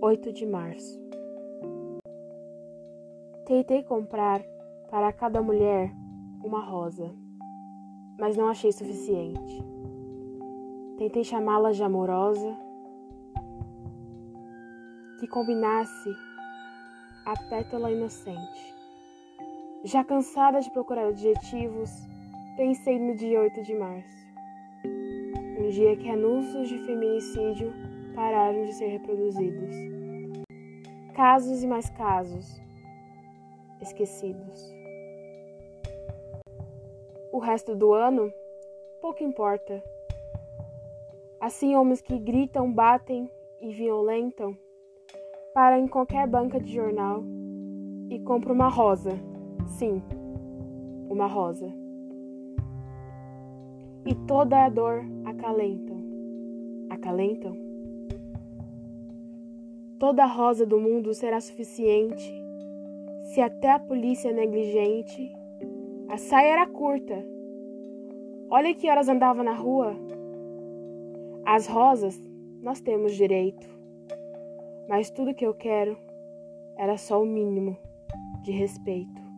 8 de março. Tentei comprar para cada mulher uma rosa, mas não achei suficiente. Tentei chamá-la de amorosa, que combinasse a pétala inocente. Já cansada de procurar adjetivos, pensei no dia 8 de março, um dia que anúncios de feminicídio pararam de ser reproduzidos. Casos e mais casos esquecidos. O resto do ano, pouco importa. Assim, homens que gritam, batem e violentam param em qualquer banca de jornal e compram uma rosa. Sim, uma rosa. E toda a dor acalentam. Acalentam? Toda rosa do mundo será suficiente se até a polícia é negligente. A saia era curta. Olha que horas andava na rua. As rosas nós temos direito, mas tudo que eu quero era só o mínimo de respeito.